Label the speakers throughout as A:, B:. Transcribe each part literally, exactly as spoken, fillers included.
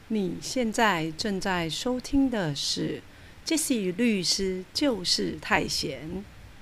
A: 你现在正在收听的是 Jessie 律师就是太闲。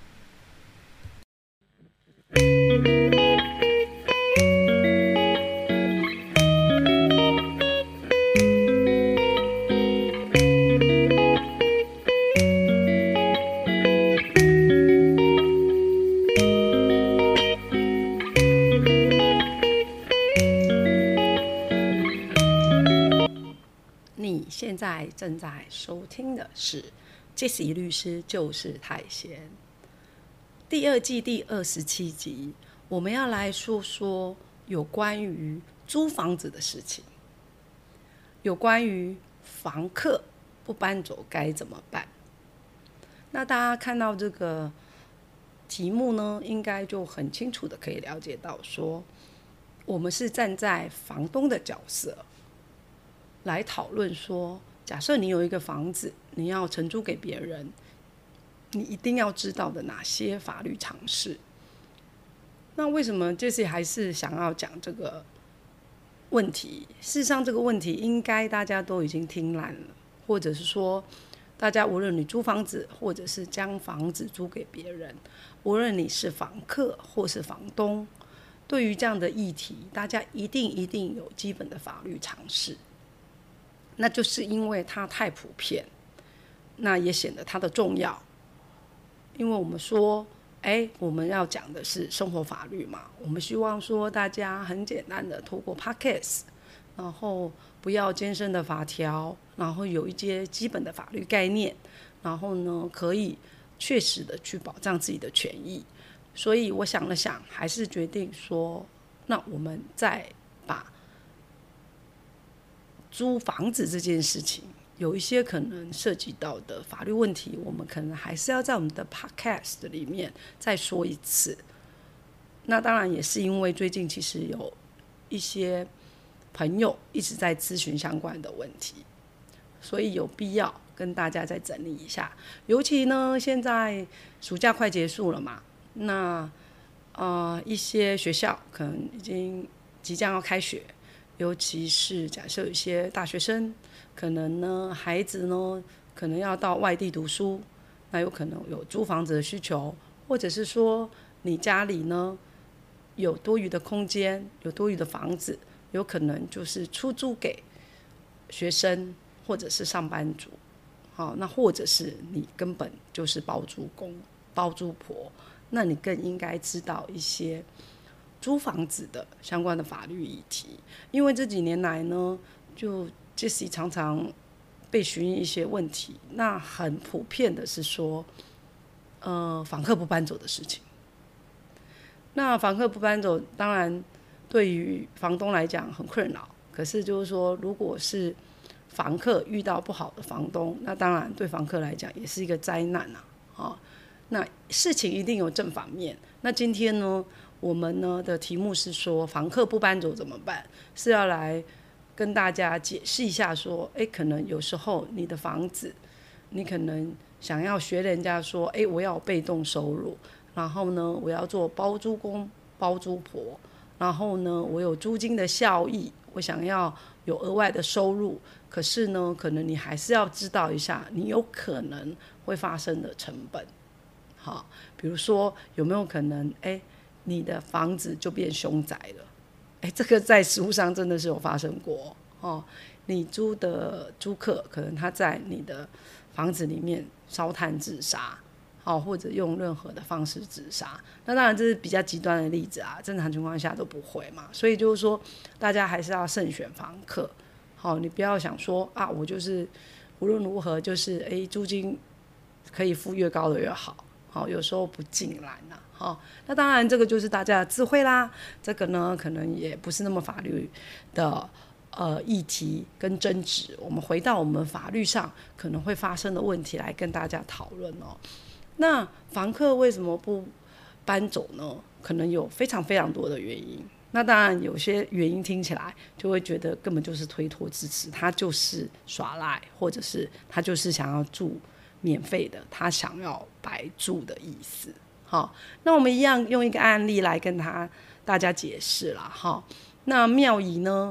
A: 你现在正在收听的是 Jessie 律师就是太闲第二季第二十七集，我们要来说说有关于租房子的事情，有关于房客不搬走该怎么办。那大家看到这个题目呢，应该就很清楚的可以了解到说，我们是站在房东的角色来讨论说，假设你有一个房子，你要承租给别人，你一定要知道的哪些法律常识。那为什么 Jessie 还是想要讲这个问题？事实上这个问题应该大家都已经听烂了，或者是说大家无论你租房子或者是将房子租给别人，无论你是房客或是房东，对于这样的议题大家一定一定有基本的法律常识。那就是因为它太普遍，那也显得它的重要。因为我们说哎，我们要讲的是生活法律嘛，我们希望说大家很简单的透过 podcast， 然后不要艰深的法条，然后有一些基本的法律概念，然后呢可以确实的去保障自己的权益。所以我想了想，还是决定说，那我们再把租房子这件事情有一些可能涉及到的法律问题，我们可能还是要在我们的 podcast 里面再说一次。那当然也是因为最近其实有一些朋友一直在咨询相关的问题，所以有必要跟大家再整理一下。尤其呢现在暑假快结束了嘛，那呃一些学校可能已经即将要开学，尤其是假设有一些大学生，可能呢孩子呢可能要到外地读书，那有可能有租房子的需求，或者是说你家里呢有多余的空间，有多余的房子，有可能就是出租给学生或者是上班族，好，那或者是你根本就是包租公包租婆，那你更应该知道一些租房子的相关的法律议题。因为这几年来呢，就 Jessie 常常被询一些问题，那很普遍的是说呃，房客不搬走的事情。那房客不搬走当然对于房东来讲很困扰，可是就是说如果是房客遇到不好的房东，那当然对房客来讲也是一个灾难啊、哦、那事情一定有正反面。那今天呢我们呢的题目是说房客不搬走怎么办，是要来跟大家解释一下说，哎，可能有时候你的房子你可能想要学人家说，哎，我要有被动收入，然后呢我要做包租公包租婆，然后呢我有租金的效益，我想要有额外的收入，可是呢可能你还是要知道一下你有可能会发生的成本。好，比如说有没有可能哎你的房子就变凶宅了，哎，这个在实务上真的是有发生过哦。你租的租客可能他在你的房子里面烧炭自杀，哦，或者用任何的方式自杀，那当然这是比较极端的例子啊，正常情况下都不会嘛。所以就是说，大家还是要慎选房客。好、哦，你不要想说啊，我就是无论如何就是哎租金可以付越高的越好。好、哦，有时候不尽然啊。好、哦，那当然这个就是大家的智慧啦。这个呢，可能也不是那么法律的呃议题跟争执。我们回到我们法律上可能会发生的问题来跟大家讨论哦。那房客为什么不搬走呢？可能有非常非常多的原因。那当然有些原因听起来就会觉得根本就是推脱支持，他就是耍赖，或者是他就是想要住免费的，他想要白住的意思。好，那我们一样用一个案例来跟他大家解释啦。好，那妙姨呢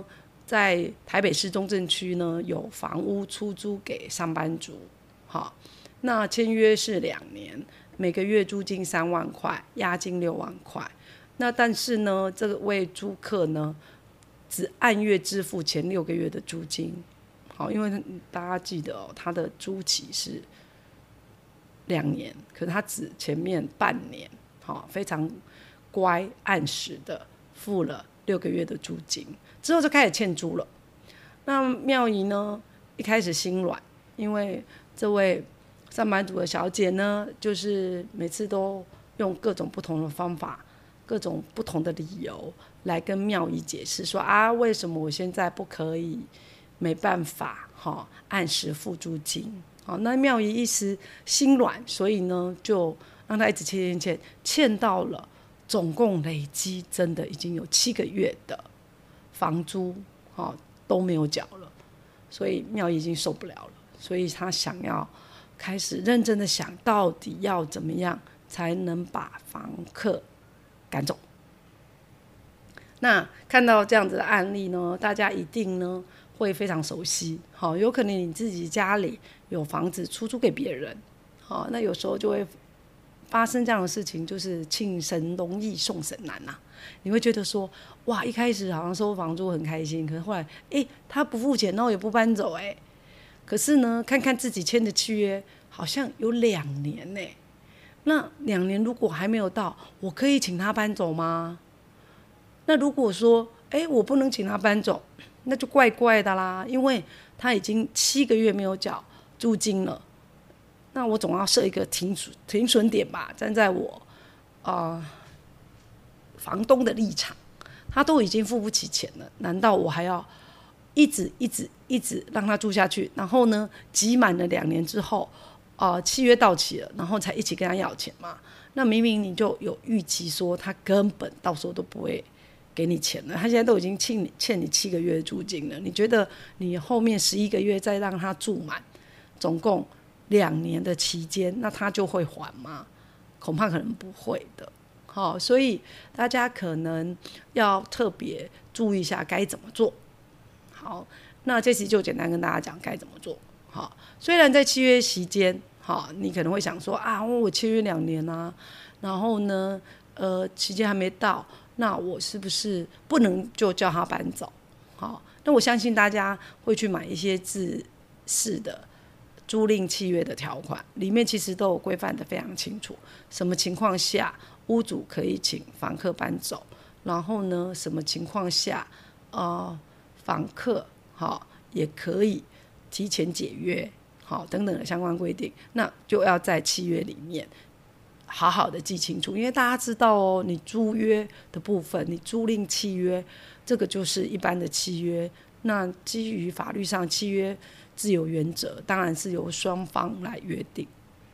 A: 在台北市中正区呢有房屋出租给上班族，好，那签约是两年，每个月租金三万块，押金六万块。那但是呢，这位租客呢，只按月支付前六个月的租金。好，因为大家记得哦，他的租期是两年，可是他只前面半年，好，非常乖按时的付了六个月的租金，之后就开始欠租了。那妙仪呢，一开始心软，因为这位上班族的小姐呢，就是每次都用各种不同的方法、各种不同的理由来跟妙仪解释说啊，为什么我现在不可以，没办法，哦，按时付租金。好，那妙仪一时心软，所以呢，就让他一直欠欠欠，欠到了总共累积真的已经有七个月的房租，哦，都没有缴了，所以妙仪已经受不了了，所以他想要开始认真的想，到底要怎么样才能把房客赶走。那看到这样子的案例呢，大家一定呢会非常熟悉。好，有可能你自己家里有房子出租给别人，好，那有时候就会发生这样的事情，就是请神容易送神难啊。你会觉得说，哇，一开始好像收房租很开心，可是后来，哎，他不付钱，然后也不搬走，哎，可是呢，看看自己签的契约，好像有两年呢。那两年如果还没有到，我可以请他搬走吗？那如果说，哎，我不能请他搬走，那就怪怪的啦，因为他已经七个月没有缴租金了。那我总要设一个停停损点吧，站在我呃房东的立场，他都已经付不起钱了，难道我还要一直一直一直让他住下去？然后呢，集满了两年之后，呃，契约到期了，然后才一起跟他要钱嘛？那明明你就有预期说，他根本到时候都不会给你钱了，他现在都已经欠你欠你七个月的租金了，你觉得你后面十一个月再让他住满，总共两年的期间，那他就会还吗？恐怕可能不会的。好，所以大家可能要特别注意一下该怎么做。好，那这期就简单跟大家讲该怎么做。好，虽然在契约期间，好，你可能会想说啊，我契约两年啊，然后呢，呃，期间还没到，那我是不是不能就叫他搬走？好，那我相信大家会去买一些自式的租赁契约的条款，里面其实都有规范的非常清楚，什么情况下屋主可以请房客搬走，然后呢，什么情况下呃房客好也可以提前解约，好等等的相关规定，那就要在契约里面好好的记清楚，因为大家知道哦，你租约的部分，你租赁契约，这个就是一般的契约。那基于法律上契约自由原则，当然是由双方来约定。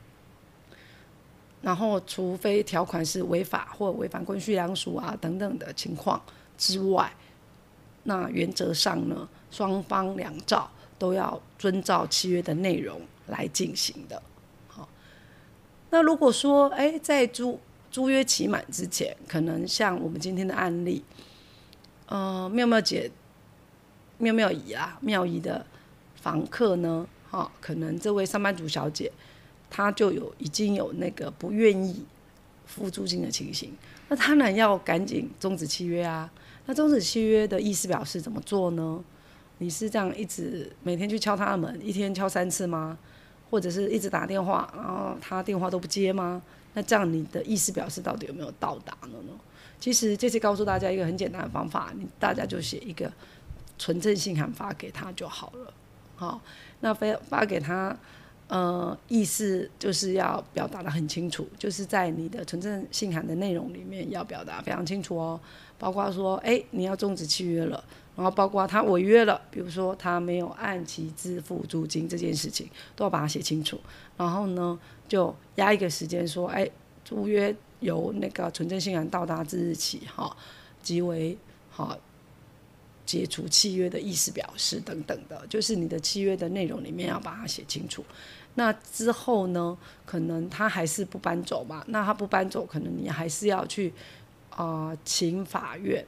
A: 然后，除非条款是违法或违反公序良俗啊等等的情况之外，那原则上呢，双方两造都要遵照契约的内容来进行的。好，那如果说，哎，在租租约期满之前，可能像我们今天的案例，呃，妙妙姐、妙妙姨啊，妙姨的房客呢，哦，可能这位上班族小姐，她就有已经有那个不愿意付租金的情形，那当然要赶紧终止契约啊。那终止契约的意思表示怎么做呢？你是这样一直每天去敲他的门，一天敲三次吗？或者是一直打电话，然后他电话都不接吗？那这样你的意思表示到底有没有到达了呢？其实这次告诉大家一个很简单的方法，你大家就写一个存证信函发给他就好了。好，那发给他，呃，意思就是要表达的很清楚，就是在你的存证信函的内容里面要表达非常清楚哦，包括说，哎，你要终止契约了，然后包括他违约了，比如说他没有按期支付租金这件事情，都要把它写清楚。然后呢，就压一个时间说，哎，租约由那个存证信函到达之日起，哈，即为好解除契约的意思表示等等的，就是你的契约的内容里面要把它写清楚。那之后呢，可能他还是不搬走嘛，那他不搬走，可能你还是要去啊、呃、请法院，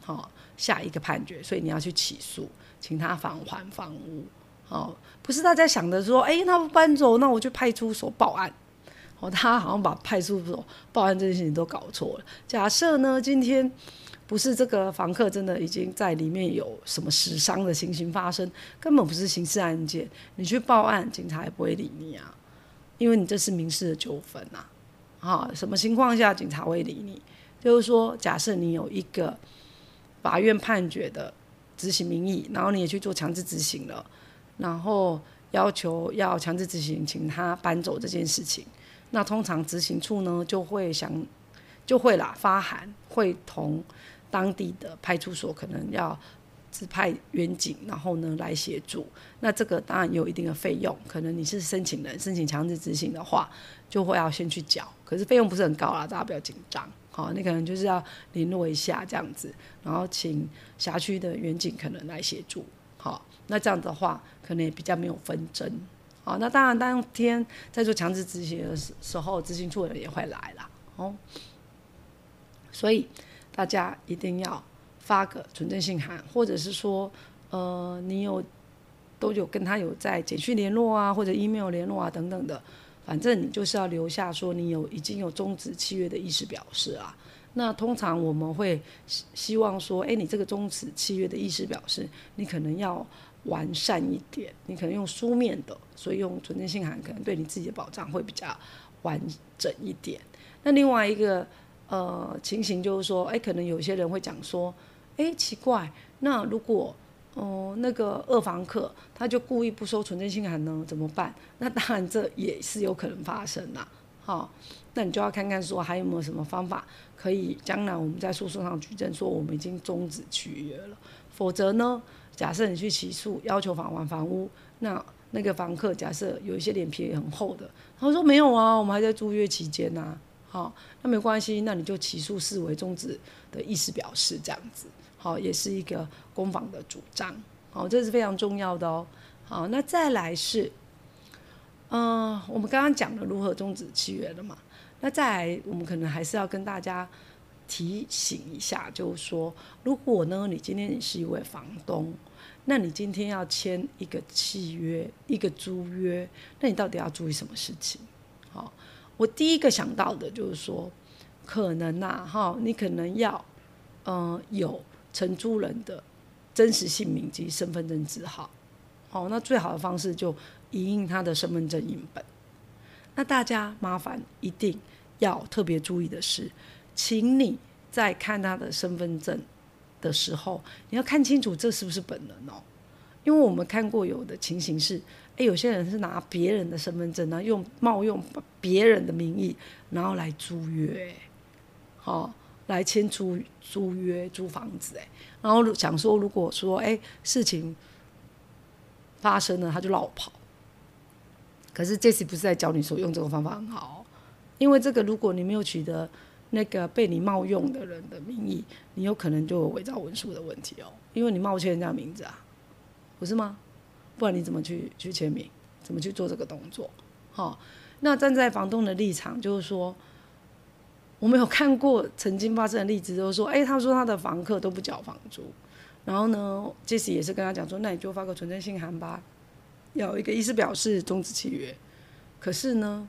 A: 哦，下一个判决，所以你要去起诉，请他返还房屋。哦，不是大家想的说，哎，他不搬走，那我去派出所报案。哦，他好像把派出所报案这件事情都搞错了。假设呢，今天不是这个房客真的已经在里面有什么死伤的情形发生，根本不是刑事案件，你去报案，警察也不会理你啊，因为你这是民事的纠纷啊。啊，什么情况下警察会理你？就是说，假设你有一个法院判决的执行名义，然后你也去做强制执行了，然后要求要强制执行，请他搬走这件事情。那通常执行处呢就会想就会啦发函，会同当地的派出所可能要指派员警，然后呢来协助。那这个当然有一定的费用，可能你是申请人申请强制执行的话，就会要先去缴，可是费用不是很高啦，大家不要紧张。好，你可能就是要联络一下这样子，然后请辖区的员警可能来协助。好，那这样的话可能也比较没有纷争。好，那当然当天在做强制执行的时候，执行处的人也会来啦。哦，所以大家一定要发个存证信函，或者是说，呃，你有都有跟他有在简讯联络啊，或者 email 联络啊等等的，反正你就是要留下说你有已经有终止契约的意思表示啊。那通常我们会希望说，哎，你这个终止契约的意思表示，你可能要完善一点，你可能用书面的，所以用存证信函可能对你自己的保障会比较完整一点。那另外一个呃情形就是说，哎，可能有些人会讲说，哎，奇怪，那如果哦、呃，那个二房客他就故意不收存证信函呢，怎么办？那当然这也是有可能发生啦。好、哦，那你就要看看说还有没有什么方法可以将来我们在诉讼上举证说我们已经终止契约了，否则呢？假设你去起诉要求返还房屋，那那个房客假设有一些脸皮很厚的，他说没有啊，我们还在租约期间呐、啊，好，那没关系，那你就起诉视为终止的意思表示这样子，好，也是一个攻防的主张，好，这是非常重要的哦。好，那再来是，嗯、呃，我们刚刚讲了如何终止契约了嘛，那再来我们可能还是要跟大家提醒一下，就是说，如果呢，你今天你是一位房东，那你今天要签一个契约、一个租约，那你到底要注意什么事情？好，我第一个想到的就是说，可能呐、啊，哈，你可能要，呃，有承租人的真实姓名及身份证字号。好，那最好的方式就影印他的身份证影本。那大家麻烦一定要特别注意的是，请你在看他的身份证的时候，你要看清楚这是不是本人哦。因为我们看过有的情形是，哎，有些人是拿别人的身份证，然后用冒用别人的名义，然后来租约，好、哦，来签租租约租房子，哎，然后想说，如果说哎事情发生了，他就绕跑。可是这次不是在教你说用这个方法很好、哦，因为这个如果你没有取得那个被你冒用的人的名义，你有可能就有伪造文书的问题哦，因为你冒签人家的名字啊，不是吗？不然你怎么去去签名？怎么去做这个动作？好、哦，那站在房东的立场，就是说，我们有看过曾经发生的例子，就是说，哎，他说他的房客都不缴房租，然后呢，这次也是跟他讲说，那你就发个存证信函吧，有一个意思表示终止契约。可是呢，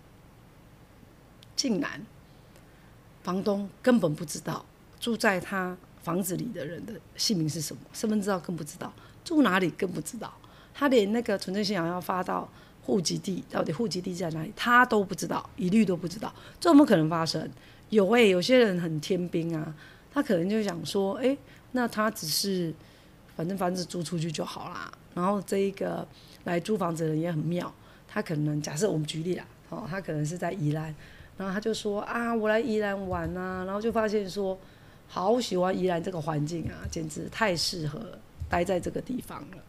A: 竟然房东根本不知道住在他房子里的人的姓名是什么，身份证更不知道，住哪里更不知道，他连那个存证信函要发到户籍地，到底户籍地在哪里，他都不知道，一律都不知道，这有没有可能发生？有哎、欸，有些人很天兵啊，他可能就想说，哎、欸，那他只是反正房子租出去就好啦，然后这一个来租房子的人也很妙，他可能假设我们举例啦，哦，他可能是在宜兰，然后他就说啊，我来宜兰玩啊，然后就发现说，好喜欢宜兰这个环境啊，简直太适合待在这个地方了。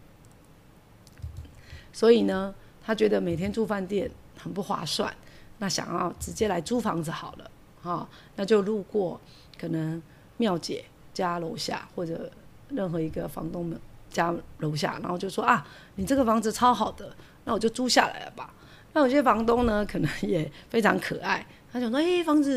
A: 所以呢，他觉得每天住饭店很不划算，那想要直接来租房子好了，哦，那就路过可能妙姐家楼下或者任何一个房东们家楼下，然后就说啊，你这个房子超好的，那我就租下来了吧。那有些房东呢，可能也非常可爱，他想说，哎，房子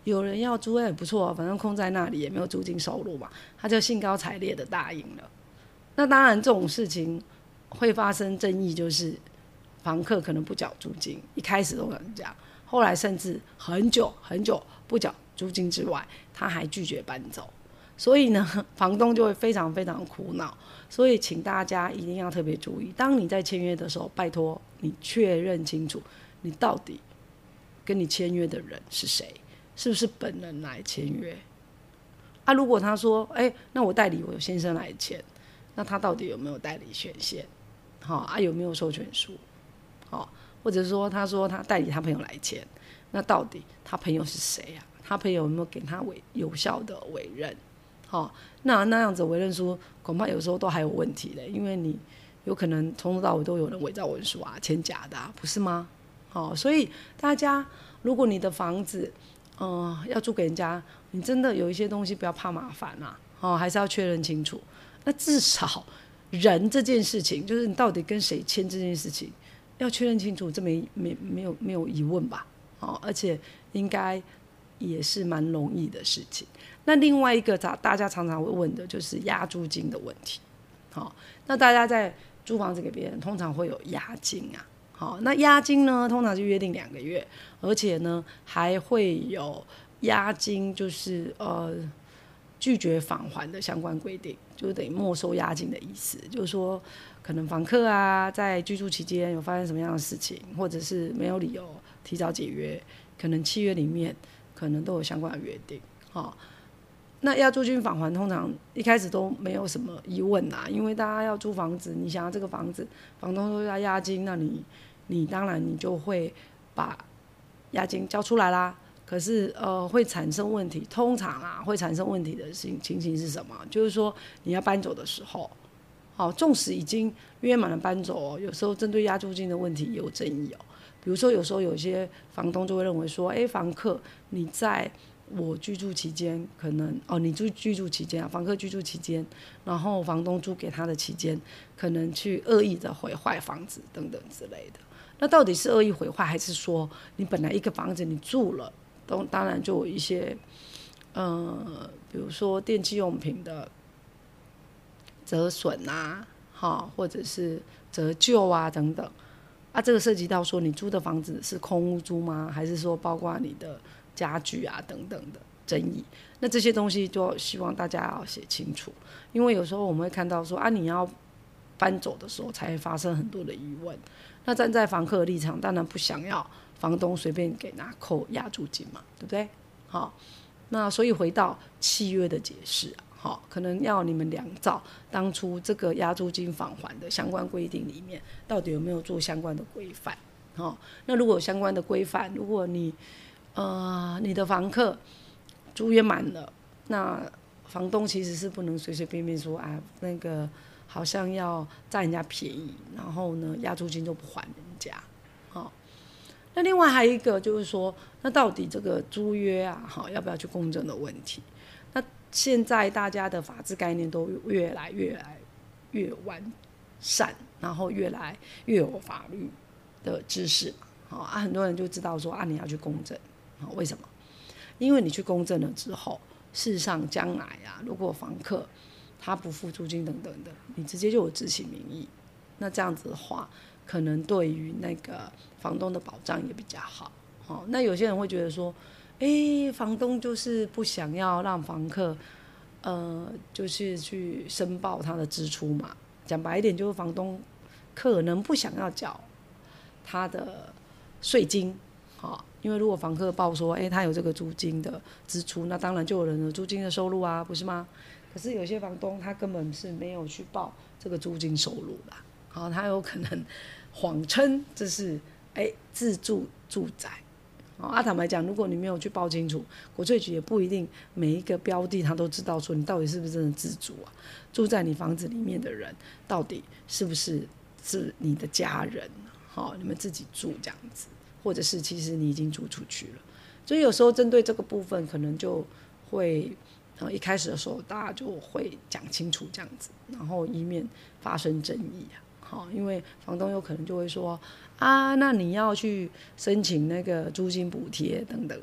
A: 有人要租也不错，反正空在那里也没有租金收入嘛，他就兴高采烈的答应了。那当然这种事情会发生争议，就是房客可能不缴租金，一开始都这样，后来甚至很久很久不缴租金之外，他还拒绝搬走，所以呢，房东就会非常非常苦恼。所以请大家一定要特别注意，当你在签约的时候，拜托你确认清楚，你到底跟你签约的人是谁，是不是本人来签约啊？如果他说，哎、欸，那我代理我先生来签，那他到底有没有代理权限？好、哦、啊，有没有授权书？好、哦，或者说他说他代理他朋友来签，那到底他朋友是谁啊？他朋友有没有给他委有效的委任？好、哦，那那样子委任书恐怕有时候都还有问题的，因为你有可能从头到尾都有人伪造文书啊，签假的、啊，不是吗？好、哦，所以大家，如果你的房子，呃，要租给人家，你真的有一些东西不要怕麻烦啊，哦，还是要确认清楚。那至少人这件事情，就是你到底跟谁签这件事情，要确认清楚，这没没没有没有疑问吧？哦，而且应该也是蛮容易的事情。那另外一个大家常常会问的就是押租金的问题。好、哦，那大家在租房子给别人，通常会有押金啊。好，那押金呢，通常就约定两个月，而且呢还会有押金，就是呃拒绝返还的相关规定，就等于没收押金的意思。就是说，可能房客啊在居住期间有发生什么样的事情，或者是没有理由提早解约，可能契约里面可能都有相关的约定。好、哦，那押租金返还通常一开始都没有什么疑问啦，因为大家要租房子，你想要这个房子，房东都要押金，那你你当然你就会把押金交出来啦。可是呃会产生问题，通常啊会产生问题的情情形是什么？就是说你要搬走的时候，好、哦，纵使已经约满了搬走哦，有时候针对押租金的问题也有争议哦。比如说有时候有些房东就会认为说，哎，房客你在我居住期间，可能哦，你住居住期间啊，房客居住期间，然后房东租给他的期间，可能去恶意的毁坏房子等等之类的。那到底是恶意毁坏，还是说你本来一个房子你住了，都当然就有一些，呃，比如说电器用品的折损啊，哈，或者是折旧啊等等。啊，这个涉及到说你租的房子是空屋租吗？还是说包括你的家具啊等等的争议？那这些东西就希望大家要写清楚，因为有时候我们会看到说啊，你要搬走的时候才发生很多的疑问。那站在房客的立场，当然不想要房东随便给拿扣押租金嘛，对不对？好，那所以回到契约的解释啊。好，可能要你们良照当初这个押租金返还的相关规定里面，到底有没有做相关的规范？好，那如果有相关的规范，如果你呃你的房客租约满了，那房东其实是不能随随便便说啊，那个好像要占人家便宜，然后呢押租金就不还人家。好，那另外还有一个就是说，那到底这个租约啊，好要不要去公证的问题？那现在大家的法治概念都越来越来越完善，然后越来越有法律的知识，好啊，很多人就知道说啊，你要去公证，好，为什么？因为你去公证了之后，事实上将来啊，如果房客他不付租金等等的，你直接就有执行名义，那这样子的话，可能对于那个房东的保障也比较好。好，那有些人会觉得说，哎，房东就是不想要让房客，呃，就是去申报他的支出嘛。讲白一点，就是房东可能不想要缴他的税金，好，因为如果房客报说，哎，他有这个租金的支出，那当然就有人有租金的收入啊，不是吗？可是有些房东他根本是没有去报这个租金收入啦，好，他有可能谎称这是哎自住住宅。啊，坦白讲，如果你没有去报清楚，国税局也不一定每一个标的他都知道说你到底是不是真的自住啊，住在你房子里面的人到底是不是是你的家人，好，你们自己住这样子，或者是其实你已经租出去了。所以有时候针对这个部分，可能就会呃一开始的时候大家就会讲清楚这样子，然后以免发生争议啊。好，因为房东有可能就会说啊，那你要去申请那个租金补贴等等的，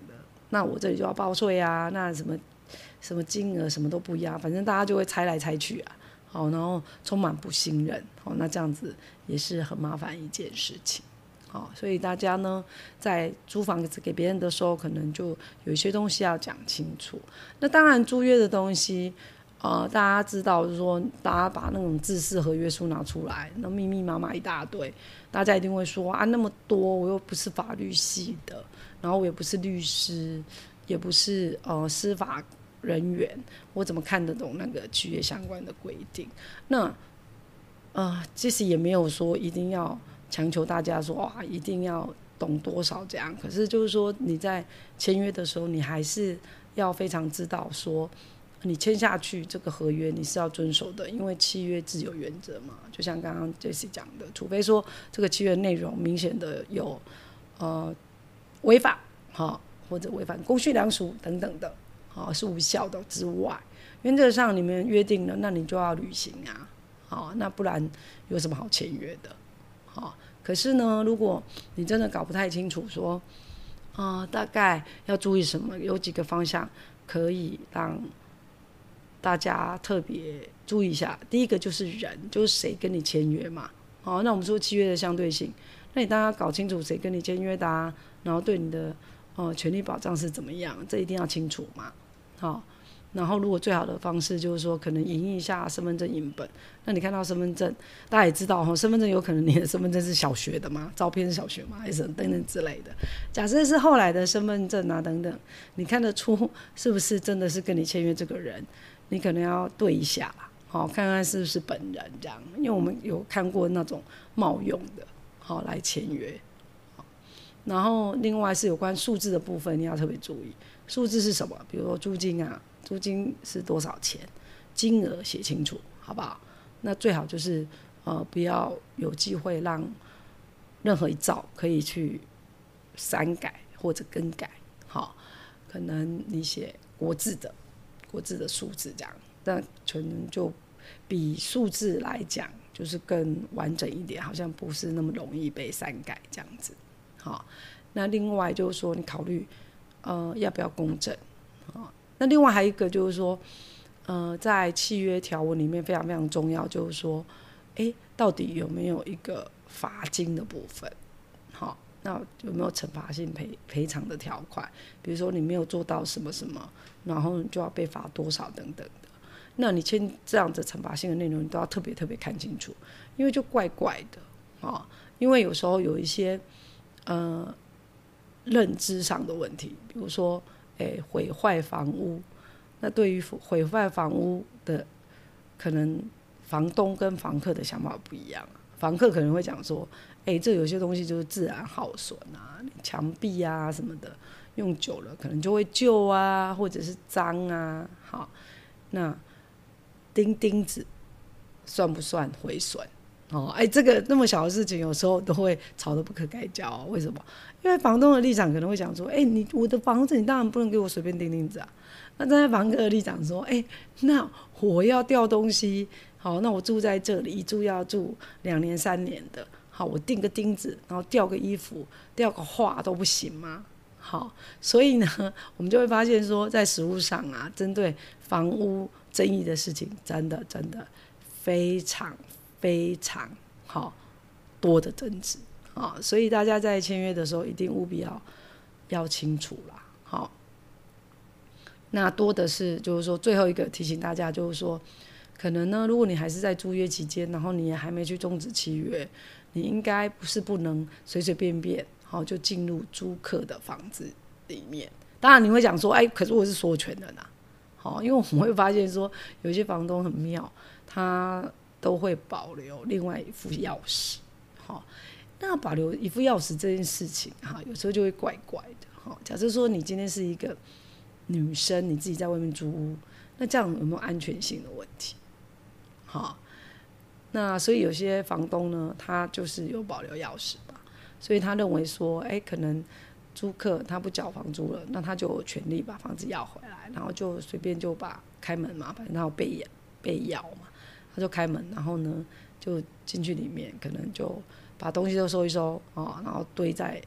A: 那我这里就要报税啊，那什么什么金额什么都不一样，反正大家就会猜来猜去啊，好，然后充满不信任，好，那这样子也是很麻烦一件事情。好，所以大家呢在租房子给别人的时候，可能就有一些东西要讲清楚。那当然租约的东西，呃，大家知道就是说，大家把那种自式合约书拿出来，那密密麻麻一大堆，大家一定会说啊，那么多，我又不是法律系的，然后我也不是律师，也不是呃司法人员，我怎么看得懂那个契约相关的规定？那呃，其实也没有说一定要强求大家说哇，一定要懂多少这样。可是就是说你在签约的时候，你还是要非常知道说，你签下去这个合约你是要遵守的，因为契约自有原则嘛。就像刚刚 Jessie 讲的，除非说这个契约内容明显的有呃违法哈，或者违反公序良俗等等的，好是无效的之外，原则上你们约定了，那你就要履行啊。好，那不然有什么好签约的？好，可是呢，如果你真的搞不太清楚说，啊、呃，大概要注意什么，有几个方向可以让大家特别注意一下。第一个就是人，就是谁跟你签约嘛。好，那我们说契约的相对性，那你当然搞清楚谁跟你签约的啊，然后对你的呃权利保障是怎么样，这一定要清楚嘛。好。然后，如果最好的方式就是说，可能影印一下身份证影本。那你看到身份证，大家也知道哈，身份证有可能你的身份证是小学的嘛，照片是小学嘛，还是等等之类的。假设是后来的身份证啊等等，你看得出是不是真的是跟你签约这个人？你可能要对一下啦，好，看看是不是本人这样。因为我们有看过那种冒用的，好来签约。然后另外是有关数字的部分，你要特别注意，数字是什么？比如说租金啊。租金是多少钱？金额写清楚，好不好？那最好就是呃，不要有机会让任何一照可以去删改或者更改。好，可能你写国字的国字的数字这样，那可能就比数字来讲就是更完整一点，好像不是那么容易被删改这样子。好，那另外就是说，你考虑呃要不要公证啊？那另外还有一个就是说，呃，在契约条文里面非常非常重要，就是说，哎，到底有没有一个罚金的部分？好，那有没有惩罚性赔赔偿的条款？比如说你没有做到什么什么，然后你就要被罚多少等等的。那你签这样的惩罚性的内容，你都要特别特别看清楚，因为就怪怪的啊。因为有时候有一些呃认知上的问题，比如说。诶，毁坏房屋，那对于毁坏房屋的，可能房东跟房客的想法不一样。房客可能会讲说，诶，这有些东西就是自然耗损啊，墙壁啊什么的，用久了可能就会旧啊，或者是脏啊。好，那钉钉子算不算毁损？哦，哎，这个那么小的事情，有时候都会吵得不可开交、哦。为什么？因为房东的立场可能会讲说，哎，你我的房子，你当然不能给我随便钉钉子啊。那站在房客的立场说，哎，那我要吊东西，好，那我住在这里，一住要住两年三年的，好，我钉个钉子，然后吊个衣服，吊个画都不行吗？好，所以呢，我们就会发现说，在实务上啊，针对房屋争议的事情，真的真的非常。非常好多的争执啊，所以大家在签约的时候一定务必要要清楚啦。好，那多的是就是说最后一个提醒大家就是说，可能呢，如果你还是在租约期间，然后你也还没去终止契约，你应该不是不能随随便便好就进入租客的房子里面。当然你会讲说，哎，可是我是所有权人啊。好，因为我们会发现说，有些房东很妙，他都会保留另外一副钥匙，好，那保留一副钥匙这件事情，哈，有时候就会怪怪的，好，假设说你今天是一个女生，你自己在外面租屋，那这样有没有安全性的问题？好，那所以有些房东呢，他就是有保留钥匙吧，所以他认为说，哎，可能租客他不缴房租了，那他就有权利把房子要回来，然后就随便就把开门嘛，反正他有备备钥嘛。他就开门，然后呢，就进去里面，可能就把东西都收一收啊，然后堆在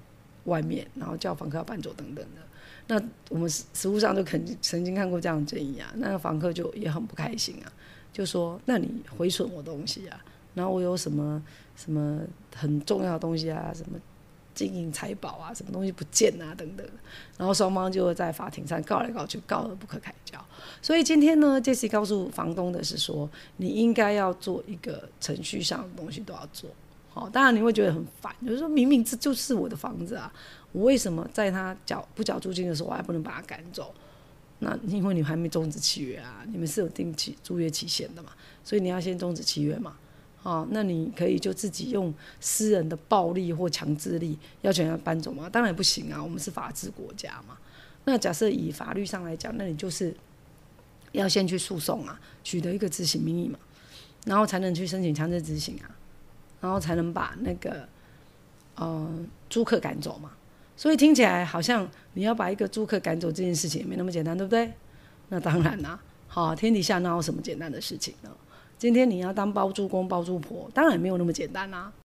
A: 外面，然后叫房客要搬走等等的。那我们实务上就肯曾经看过这样的争议啊，那个房客就也很不开心啊，就说那你毁损我东西啊，然后我有什么什么很重要的东西啊，什么金银财宝啊，什么东西不见啊等等，然后双方就在法庭上告来告去，告而不可开交。所以今天呢 Jessie 告诉房东的是说，你应该要做一个程序上的东西都要做。好，当然你会觉得很烦，就是说明明这就是我的房子啊，我为什么在他缴不缴租金的时候，我还不能把他赶走？那因为你还没终止契约啊，你们是有定期租约期限的嘛，所以你要先终止契约嘛。哦，那你可以就自己用私人的暴力或强制力要求人家搬走吗？当然不行啊，我们是法治国家嘛。那假设以法律上来讲，那你就是要先去诉讼啊，取得一个执行命令嘛，然后才能去申请强制执行啊，然后才能把那个呃租客赶走嘛。所以听起来好像你要把一个租客赶走这件事情也没那么简单，对不对？那当然啦、啊，好，天底下哪有什么简单的事情呢？今天你要当包租公包租婆，当然没有那么简单啦、啊。